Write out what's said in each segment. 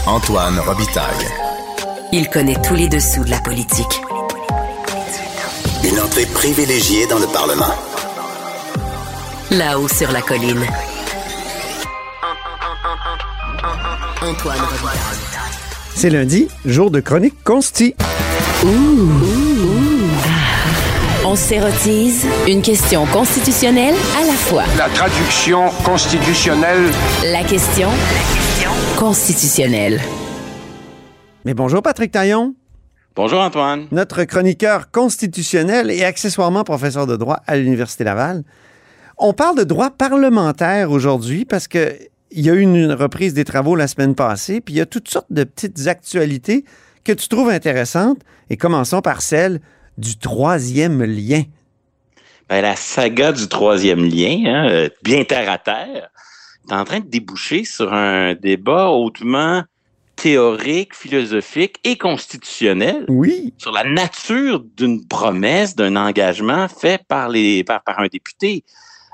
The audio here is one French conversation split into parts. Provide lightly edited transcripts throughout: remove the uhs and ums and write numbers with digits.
Antoine Robitaille. Il connaît tous les dessous de la politique. Une entrée privilégiée dans le Parlement. Là-haut sur la colline. Antoine Robitaille. C'est lundi, jour de chronique consti. On s'érotise une question constitutionnelle à la fois. La traduction constitutionnelle. La question constitutionnelle. Mais bonjour Patrick Taillon. Bonjour Antoine. Notre chroniqueur constitutionnel et accessoirement professeur de droit à l'Université Laval. On parle de droit parlementaire aujourd'hui parce que il y a eu une reprise des travaux la semaine passée, puis il y a toutes sortes de petites actualités que tu trouves intéressantes. Et commençons par celle du troisième lien. Ben, la saga du troisième lien, bien terre à terre, est en train de déboucher sur un débat hautement théorique, philosophique et constitutionnel. Oui. Sur la nature d'une promesse, d'un engagement fait par un député.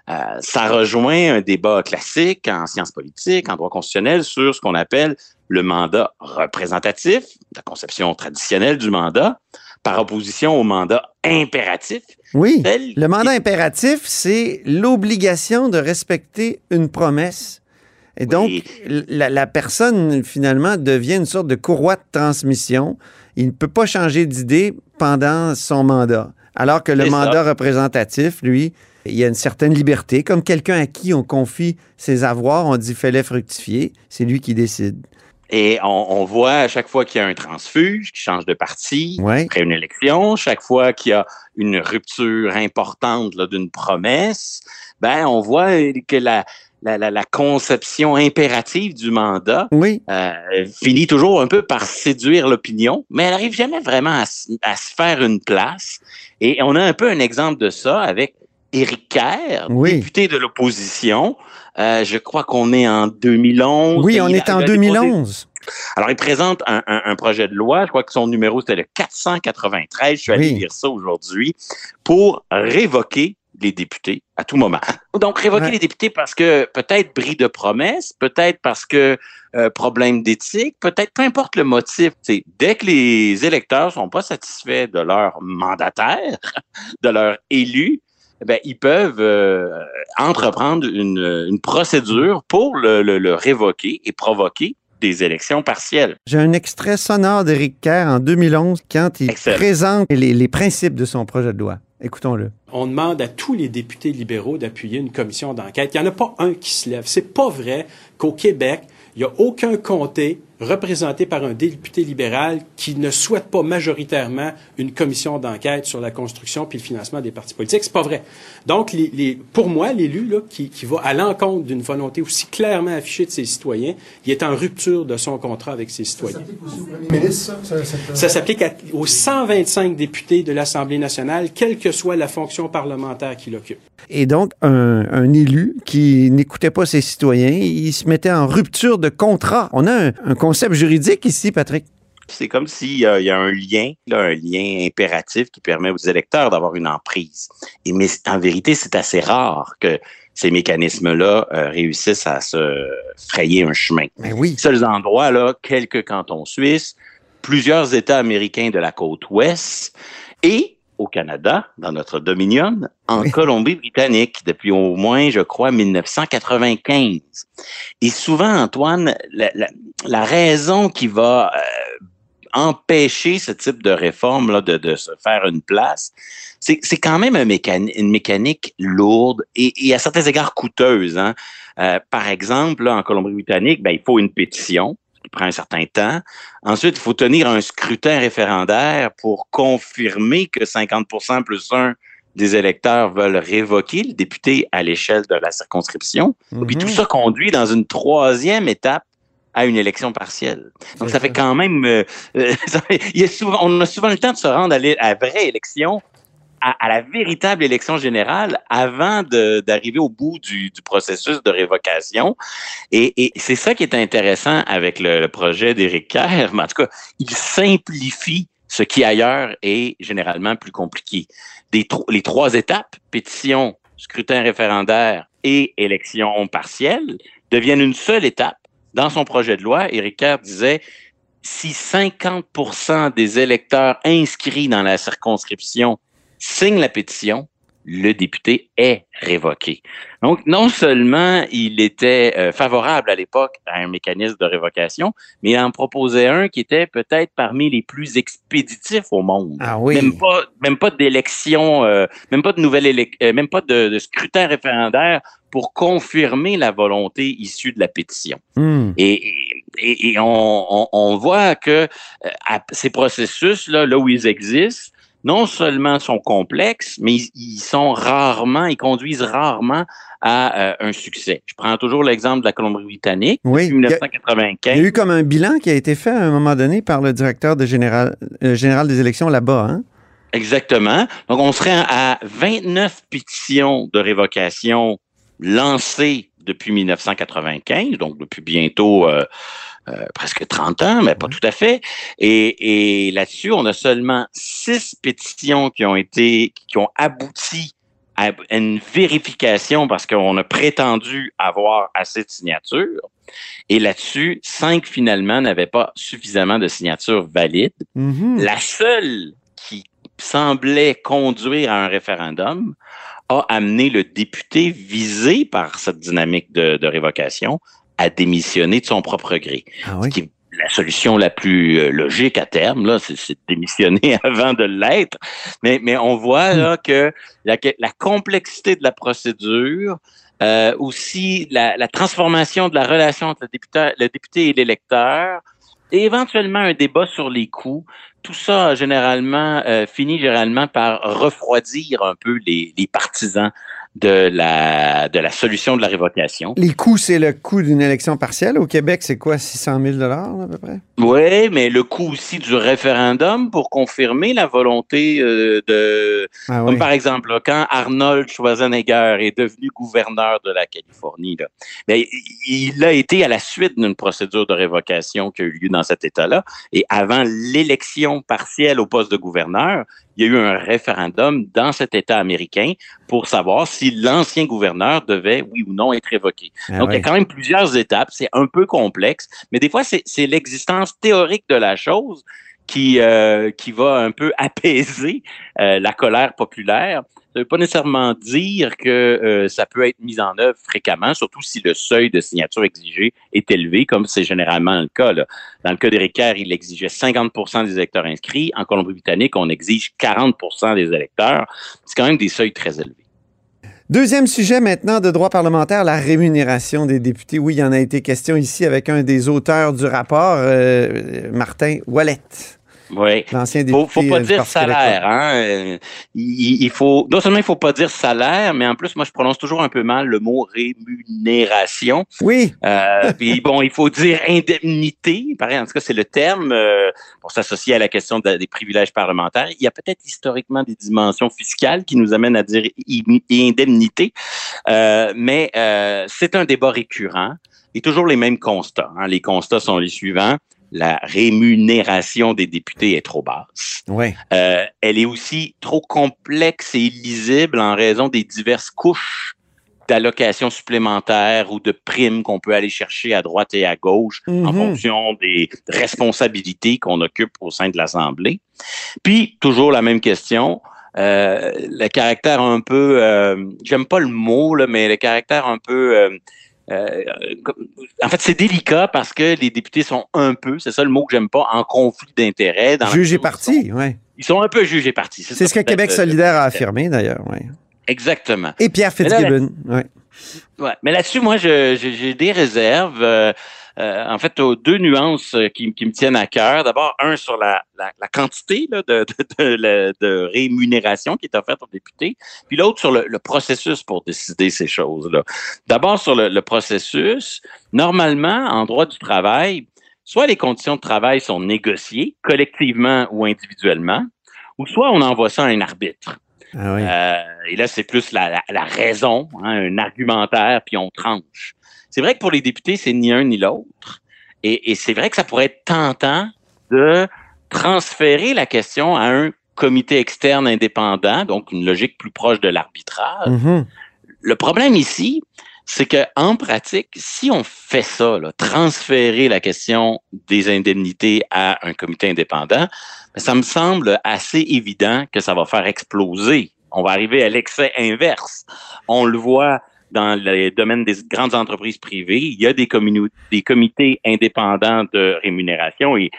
Ça rejoint un débat classique en sciences politiques, en droit constitutionnel, sur ce qu'on appelle le mandat représentatif, la conception traditionnelle du mandat, par opposition au mandat impératif. Oui, le mandat impératif, c'est l'obligation de respecter une promesse. Et donc, la personne, finalement, devient une sorte de courroie de transmission. Il ne peut pas changer d'idée pendant son mandat. Alors que le mandat représentatif, lui, il y a une certaine liberté. Comme quelqu'un à qui on confie ses avoirs, on dit « fais-les fructifier », c'est lui qui décide. Et on voit à chaque fois qu'il y a un transfuge qui change de parti après une élection, chaque fois qu'il y a une rupture importante là, d'une promesse, ben on voit que la conception impérative du mandat finit toujours un peu par séduire l'opinion, mais elle n'arrive jamais vraiment à se faire une place. Et on a un peu un exemple de ça avec Éric Kerr, député de l'opposition. Je crois qu'on est en 2011. Oui, on est en 2011. Alors, il présente un projet de loi, je crois que son numéro, c'était le 493, je suis allé lire ça aujourd'hui, pour révoquer les députés à tout moment. Donc, révoquer les députés parce que peut-être bris de promesses, peut-être parce que problème d'éthique, peut-être, peu importe le motif. Dès que les électeurs sont pas satisfaits de leur mandataire, de leur élu, ben, ils peuvent entreprendre une procédure pour le révoquer et provoquer des élections partielles. J'ai un extrait sonore d'Éric Kerr en 2011 quand il présente les principes de son projet de loi. Écoutons-le. On demande à tous les députés libéraux d'appuyer une commission d'enquête. Il n'y en a pas un qui se lève. C'est pas vrai qu'au Québec, il n'y a aucun comté représenté par un député libéral qui ne souhaite pas majoritairement une commission d'enquête sur la construction puis le financement des partis politiques. C'est pas vrai. Donc, pour moi, l'élu là, qui va à l'encontre d'une volonté aussi clairement affichée de ses citoyens, il est en rupture de son contrat avec ses citoyens. Ça s'applique aussi au premier ministre, ça? Ça s'applique aux 125 députés de l'Assemblée nationale, quelle que soit la fonction parlementaire qu'il occupe. Et donc, un élu qui n'écoutait pas ses citoyens, il se mettait en rupture de contrat. On a un concept juridique ici, Patrick. C'est comme s'il y a un lien impératif qui permet aux électeurs d'avoir une emprise. Mais en vérité, c'est assez rare que ces mécanismes-là réussissent à se frayer un chemin. Mais oui. Seuls endroits, là, quelques cantons suisses, plusieurs États américains de la côte ouest et au Canada, dans notre Dominion, en Colombie-Britannique, depuis au moins, je crois, 1995. Et souvent, Antoine, la raison qui va empêcher ce type de réforme là, de se faire une place, c'est quand même une mécanique lourde et à certains égards coûteuse. Hein. Par exemple, là, en Colombie-Britannique, ben, il faut une pétition qui prend un certain temps. Ensuite, il faut tenir un scrutin référendaire pour confirmer que 50% plus 1 des électeurs veulent révoquer le député à l'échelle de la circonscription. Puis tout ça conduit dans une troisième étape à une élection partielle. Donc, ça fait quand même... on a souvent le temps de se rendre à la vraie élection, à la véritable élection générale avant d'arriver au bout du processus de révocation. Et c'est ça qui est intéressant avec le projet d'Éric Kerr. Mais en tout cas, il simplifie ce qui ailleurs est généralement plus compliqué. Les trois étapes, pétition, scrutin référendaire et élection partielle, deviennent une seule étape dans son projet de loi, Éric Kerr disait si 50% des électeurs inscrits dans la circonscription signent la pétition, le député est révoqué. Donc, non seulement il était favorable à l'époque à un mécanisme de révocation, mais il en proposait un qui était peut-être parmi les plus expéditifs au monde. Ah oui. Même pas d'élection, même pas de même pas de scrutin référendaire pour confirmer la volonté issue de la pétition. Et on voit que ces processus-là, là où ils existent, non seulement sont complexes, mais ils conduisent rarement à un succès. Je prends toujours l'exemple de la Colombie-Britannique, depuis 1995. Il y a eu comme un bilan qui a été fait à un moment donné par le directeur général des élections là-bas, hein? Exactement. Donc, on serait à 29 pétitions de révocation lancées depuis 1995, donc depuis bientôt presque 30 ans, mais pas tout à fait. Et là-dessus, on a seulement 6 pétitions qui ont abouti à une vérification parce qu'on a prétendu avoir assez de signatures. Et là-dessus, 5 finalement n'avaient pas suffisamment de signatures valides. La seule qui semblait conduire à un référendum a amené le député visé par cette dynamique de révocation à démissionner de son propre gré. Ah oui. Ce qui est la solution la plus logique à terme, là, c'est de démissionner avant de l'être. Mais on voit là que la complexité de la procédure, aussi la transformation de la relation entre le député et l'électeur, et éventuellement un débat sur les coûts, tout ça finit généralement par refroidir un peu les partisans de la solution de la révocation. Les coûts, c'est le coût d'une élection partielle. Au Québec, c'est quoi, 600 000 $ à peu près? Oui, mais le coût aussi du référendum pour confirmer la volonté Comme par exemple, là, quand Arnold Schwarzenegger est devenu gouverneur de la Californie, là, ben, il a été à la suite d'une procédure de révocation qui a eu lieu dans cet État-là. Et avant l'élection partielle au poste de gouverneur, il y a eu un référendum dans cet État américain pour savoir si l'ancien gouverneur devait, oui ou non, être révoqué. Donc, il y a quand même plusieurs étapes. C'est un peu complexe, mais des fois, c'est l'existence théorique de la chose qui va un peu apaiser la colère populaire. Ça ne veut pas nécessairement dire que ça peut être mis en œuvre fréquemment, surtout si le seuil de signature exigé est élevé, comme c'est généralement le cas. Là. Dans le cas d'Éric Kerr, il exigeait 50% des électeurs inscrits. En Colombie-Britannique, on exige 40% des électeurs. C'est quand même des seuils très élevés. Deuxième sujet maintenant de droit parlementaire, la rémunération des députés. Oui, il y en a été question ici avec un des auteurs du rapport, Martin Ouellet. Oui. L'ancien député. Faut pas dire salaire, hein. Il faut, non seulement il faut pas dire salaire, mais en plus, moi, je prononce toujours un peu mal le mot rémunération. Oui. Puis bon, il faut dire indemnité. Pareil, en tout cas, c'est le terme pour s'associer à la question des privilèges parlementaires. Il y a peut-être historiquement des dimensions fiscales qui nous amènent à dire indemnité, mais c'est un débat récurrent et toujours les mêmes constats. Hein. Les constats sont les suivants. La rémunération des députés est trop basse. Ouais. Elle est aussi trop complexe et illisible en raison des diverses couches d'allocations supplémentaires ou de primes qu'on peut aller chercher à droite et à gauche en fonction des responsabilités qu'on occupe au sein de l'Assemblée. Puis, toujours la même question, le caractère un peu, j'aime pas le mot, là, mais le caractère un peu... en fait, c'est délicat parce que les députés sont un peu, c'est ça le mot que j'aime pas, en conflit d'intérêts. Jugés partis, oui. Ils sont un peu jugés partis. C'est ce que Québec solidaire a affirmé, d'ailleurs, oui. Exactement. Et Pierre Fitzgibbon, oui. Ouais, mais là-dessus, moi, j'ai des réserves. En fait, deux nuances qui me tiennent à cœur. D'abord, un sur la quantité là, de rémunération qui est offerte aux députés, puis l'autre sur le processus pour décider ces choses-là. D'abord, sur le processus, normalement, en droit du travail, soit les conditions de travail sont négociées, collectivement ou individuellement, ou soit on envoie ça à un arbitre. Ah oui. Et là, c'est plus la raison, hein, un argumentaire, puis on tranche. C'est vrai que pour les députés, c'est ni un ni l'autre. Et c'est vrai que ça pourrait être tentant de transférer la question à un comité externe indépendant, donc une logique plus proche de l'arbitrage. Le problème ici, c'est que en pratique, si on fait ça, là, transférer la question des indemnités à un comité indépendant, ça me semble assez évident que ça va faire exploser. On va arriver à l'excès inverse. On le voit dans le domaine des grandes entreprises privées. Il y a des comités indépendants de rémunération et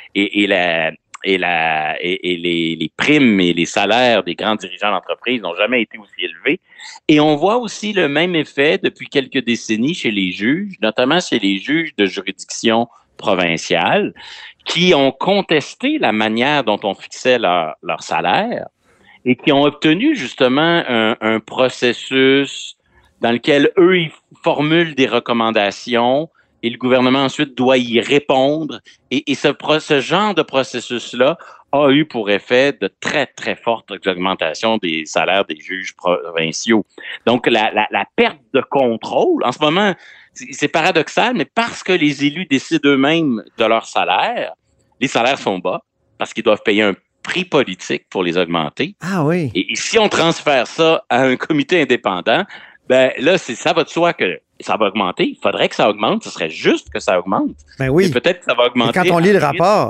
les primes et les salaires des grands dirigeants d'entreprise n'ont jamais été aussi élevés. Et on voit aussi le même effet depuis quelques décennies chez les juges, notamment chez les juges de juridiction provinciale, qui ont contesté la manière dont on fixait leur salaire et qui ont obtenu justement un processus dans lequel eux, ils formulent des recommandations et le gouvernement ensuite doit y répondre. Et ce genre de processus-là a eu pour effet de très, très fortes augmentations des salaires des juges provinciaux. Donc, la perte de contrôle, en ce moment, c'est paradoxal, mais parce que les élus décident eux-mêmes de leur salaire, les salaires sont bas parce qu'ils doivent payer un prix politique pour les augmenter. Ah oui. Et si on transfère ça à un comité indépendant, ben là, ça va de soi que ça va augmenter. Il faudrait que ça augmente. Ce serait juste que ça augmente. Ben oui. Et peut-être que ça va augmenter. Et quand on lit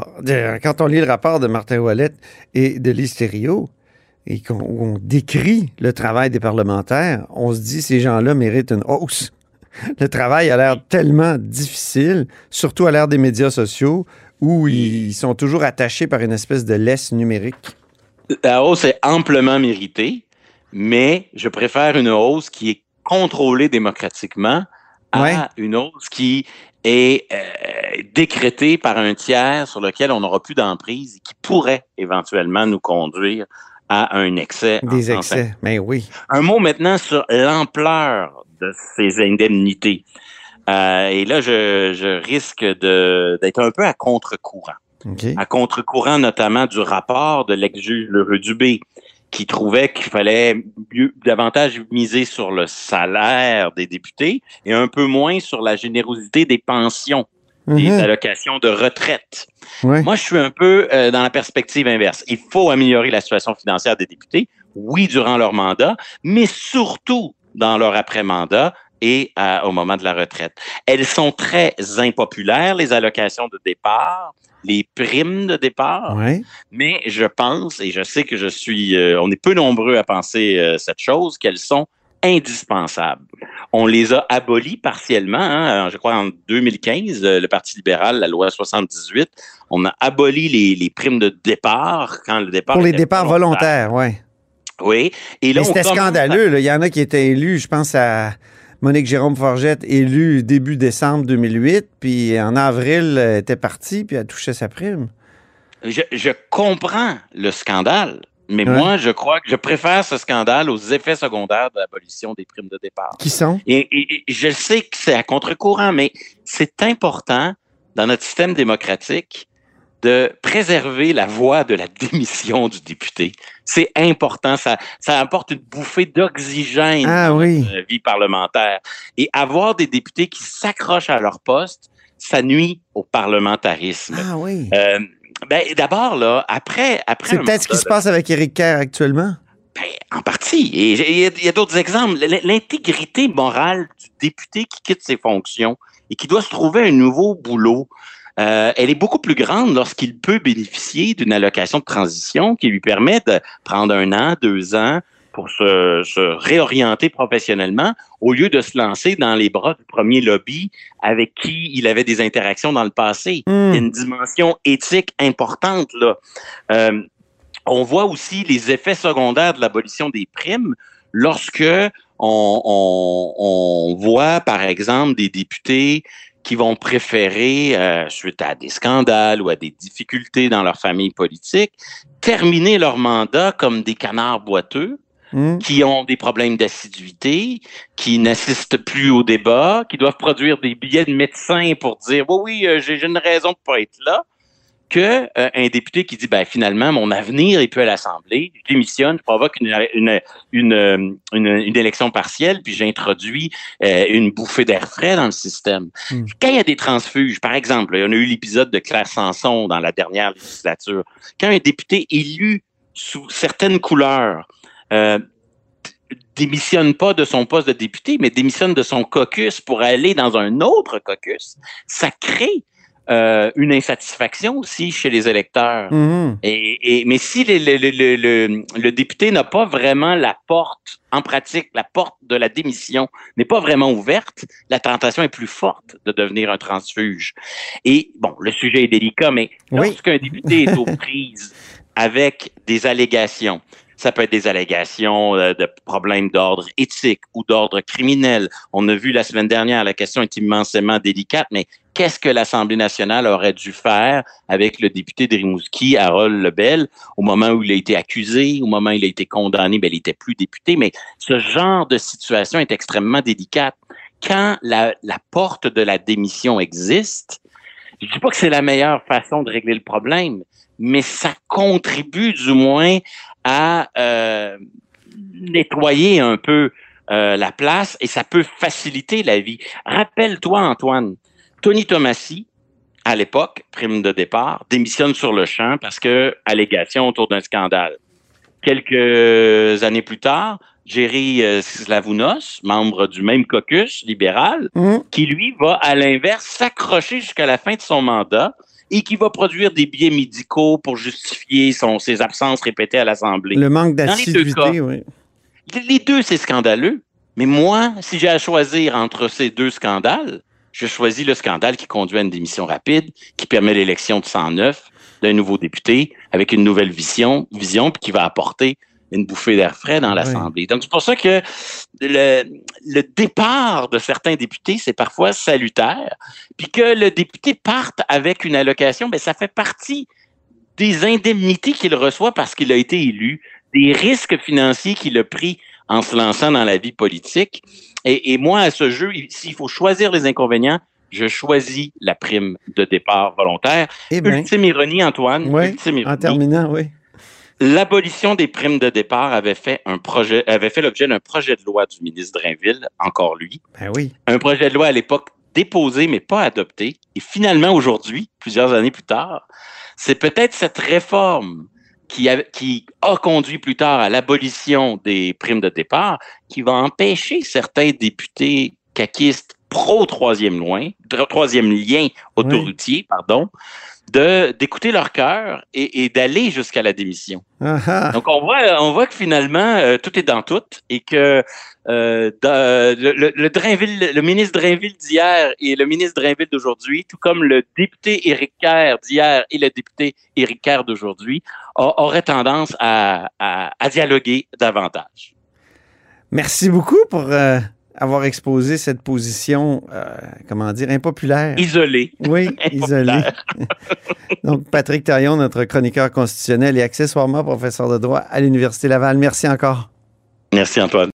le rapport de Martin Ouellette et de Lise Thériault, et où on décrit le travail des parlementaires, on se dit ces gens-là méritent une hausse. Le travail a l'air tellement difficile, surtout à l'ère des médias sociaux, où ils sont toujours attachés par une espèce de laisse numérique. La hausse est amplement méritée, mais je préfère une hausse qui est contrôlée démocratiquement à une hausse qui est décrétée par un tiers sur lequel on n'aura plus d'emprise et qui pourrait éventuellement nous conduire à un excès. Des excès, mais oui. Un mot maintenant sur l'ampleur de ces indemnités. Et là, je risque d'être un peu à contre-courant. Okay. À contre-courant notamment du rapport de l'ex-juge L'Heureux-Dubé, qui trouvait qu'il fallait davantage miser sur le salaire des députés et un peu moins sur la générosité des pensions, des allocations de retraite. Ouais. Moi, je suis un peu dans la perspective inverse. Il faut améliorer la situation financière des députés, oui, durant leur mandat, mais surtout dans leur après-mandat et au moment de la retraite. Elles sont très impopulaires, les allocations de départ, les primes de départ, mais je pense, et je sais que on est peu nombreux à penser cette chose, qu'elles sont indispensables. On les a abolies partiellement, je crois en 2015, le Parti libéral, la loi 78, on a aboli les primes de départ quand le départ pour les départs volontaires, oui. Oui. Et là, c'était scandaleux. Là. Il y en a qui étaient élus, je pense à Monique Jérôme-Forgette, élue début décembre 2008, puis en avril, elle était partie, puis elle touchait sa prime. Je comprends le scandale, mais moi, je crois que je préfère ce scandale aux effets secondaires de l'abolition des primes de départ. Qui sont? Et je sais que c'est à contre-courant, mais c'est important dans notre système démocratique de préserver la voie de la démission du député. C'est important, ça apporte une bouffée d'oxygène dans notre vie parlementaire. Et avoir des députés qui s'accrochent à leur poste, ça nuit au parlementarisme. Ah oui. D'abord, là, après c'est peut-être ce qui se passe avec Éric Kerr actuellement? En partie. Et il y a d'autres exemples. L'intégrité morale du député qui quitte ses fonctions et qui doit se trouver un nouveau boulot, elle est beaucoup plus grande lorsqu'il peut bénéficier d'une allocation de transition qui lui permet de prendre 1 an, 2 ans pour se réorienter professionnellement au lieu de se lancer dans les bras du premier lobby avec qui il avait des interactions dans le passé. Il y a une dimension éthique importante, là. On voit aussi les effets secondaires de l'abolition des primes lorsque on voit, par exemple, des députés qui vont préférer, suite à des scandales ou à des difficultés dans leur famille politique, terminer leur mandat comme des canards boiteux, qui ont des problèmes d'assiduité, qui n'assistent plus au débat, qui doivent produire des billets de médecin pour dire « oui, j'ai une raison de pas être là », que un député qui dit finalement mon avenir est plus à l'Assemblée, je démissionne, je provoque une élection partielle, puis j'introduis une bouffée d'air frais dans le système. Quand il y a des transfuges, par exemple, on a eu l'épisode de Claire Sanson dans la dernière législature, quand un député élu sous certaines couleurs démissionne pas de son poste de député, mais démissionne de son caucus pour aller dans un autre caucus, ça crée une insatisfaction aussi chez les électeurs. Mais si le député n'a pas vraiment la porte, en pratique, la porte de la démission n'est pas vraiment ouverte, la tentation est plus forte de devenir un transfuge. Et bon, le sujet est délicat, mais lorsqu'un député est aux prises avec des allégations, ça peut être des allégations de problèmes d'ordre éthique ou d'ordre criminel. On a vu la semaine dernière, la question est immensément délicate, mais qu'est-ce que l'Assemblée nationale aurait dû faire avec le député de Rimouski, Harold Lebel, au moment où il a été accusé, au moment où il a été condamné, il n'était plus député, mais ce genre de situation est extrêmement délicate. Quand la porte de la démission existe, je ne dis pas que c'est la meilleure façon de régler le problème, mais ça contribue du moins à nettoyer un peu la place et ça peut faciliter la vie. Rappelle-toi, Antoine, Tony Tomassi, à l'époque, prime de départ, démissionne sur le champ parce que allégation autour d'un scandale. Quelques années plus tard, Jerry Slavounos, membre du même caucus libéral, qui lui va à l'inverse s'accrocher jusqu'à la fin de son mandat et qui va produire des billets médicaux pour justifier ses absences répétées à l'Assemblée. Le manque d'assiduité, oui. Les deux, c'est scandaleux. Mais moi, si j'ai à choisir entre ces deux scandales, je choisis le scandale qui conduit à une démission rapide, qui permet l'élection de 109 d'un nouveau député avec une nouvelle vision puis qui va apporter une bouffée d'air frais dans l'Assemblée. Donc, c'est pour ça que le départ de certains députés, c'est parfois salutaire. Puis que le député parte avec une allocation, ça fait partie des indemnités qu'il reçoit parce qu'il a été élu, des risques financiers qu'il a pris en se lançant dans la vie politique. Et moi, à ce jeu, s'il faut choisir les inconvénients, je choisis la prime de départ volontaire. Ultime ironie, Antoine. Ultime ironie. En terminant, oui. L'abolition des primes de départ avait fait l'objet d'un projet de loi du ministre Drainville, encore lui. Un projet de loi à l'époque déposé, mais pas adopté. Et finalement, aujourd'hui, plusieurs années plus tard, c'est peut-être cette réforme qui a conduit plus tard à l'abolition des primes de départ qui va empêcher certains députés caquistes pro-troisième lien autoroutier, d'écouter leur cœur et d'aller jusqu'à la démission. Donc, on voit que finalement, tout est dans tout et que le ministre Drainville d'hier et le ministre Drainville d'aujourd'hui, tout comme le député Éric Kerr d'hier et le député Éric Kerr d'aujourd'hui, auraient tendance à dialoguer davantage. Merci beaucoup pour avoir exposé cette position, impopulaire. Isolée. Oui, isolée. Donc, Patrick Taillon, notre chroniqueur constitutionnel et accessoirement professeur de droit à l'Université Laval. Merci encore. Merci, Antoine.